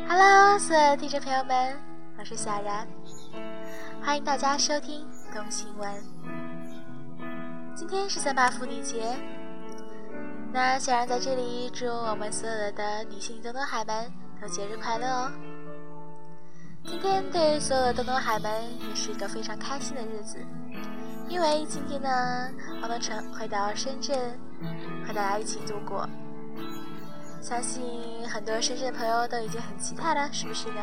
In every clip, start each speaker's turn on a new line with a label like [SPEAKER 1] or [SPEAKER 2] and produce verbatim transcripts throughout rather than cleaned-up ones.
[SPEAKER 1] Hello， 所有的听众朋友们，我是小然，欢迎大家收听东新闻。今天是三八妇女节，那小然在这里祝我们所有的女性东东海们都节日快乐哦。今天对所有的东东海们也是一个非常开心的日子，因为今天呢，王东城会到深圳和大家一起度过。相信很多深圳的朋友都已经很期待了，是不是呢？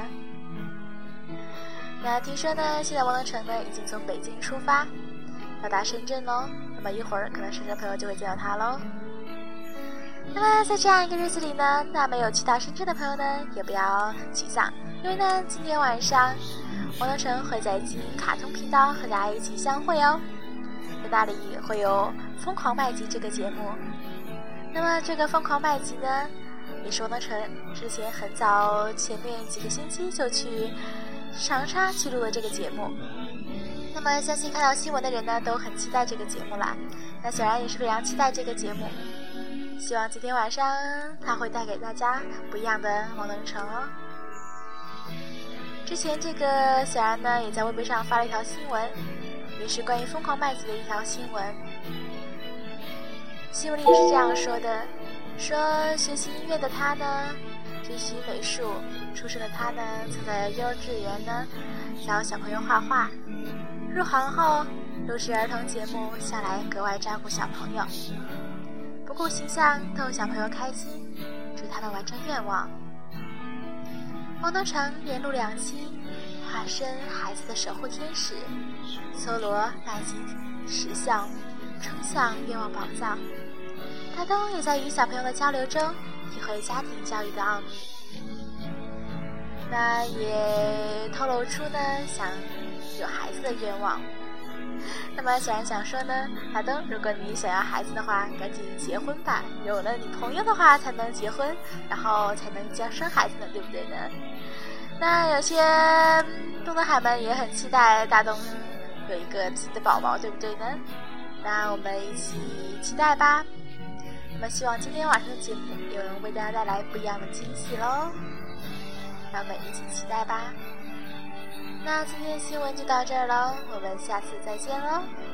[SPEAKER 1] 那听说呢，现在王东城呢已经从北京出发，到达深圳喽。那么一会儿可能深圳朋友就会见到他喽。那么在这样一个日子里呢，那没有去到深圳的朋友呢，也不要沮丧，因为呢，今天晚上王东城会在金卡通频道和大家一起相会哦。在那里会有疯狂麦吉这个节目。那么这个疯狂麦吉呢，也是王东城之前很早前面几个星期就去长沙去录了这个节目。那么相信看到新闻的人呢都很期待这个节目啦，那小然也是非常期待这个节目，希望今天晚上他会带给大家不一样的王东城哦。之前这个小然呢也在微博上发了一条新闻，也是关于疯狂麦吉的一条新闻。新闻里是这样说的，说学习音乐的他呢追习美术，出生的他呢曾在幼稚园呢教小朋友画画，入行后录制儿童节目下来格外照顾小朋友，不顾形象逗小朋友开心，祝他们完成愿望。王东城连录两期，化身孩子的守护天使，搜罗麦吉石像，冲向愿望宝藏。大东也在与小朋友的交流中体会家庭教育的奥秘，那也透露出呢想有孩子的愿望。那么小然想说呢，大东，如果你想要孩子的话，赶紧结婚吧，有了女朋友的话才能结婚，然后才能将生孩子呢，对不对呢？那有些东东海们也很期待大东有一个自己的宝宝，对不对呢？那我们一起期待吧。那么希望今天晚上的节目有人为大家带来不一样的惊喜咯，让我们一起期待吧。那今天的新闻就到这儿了，我们下次再见咯。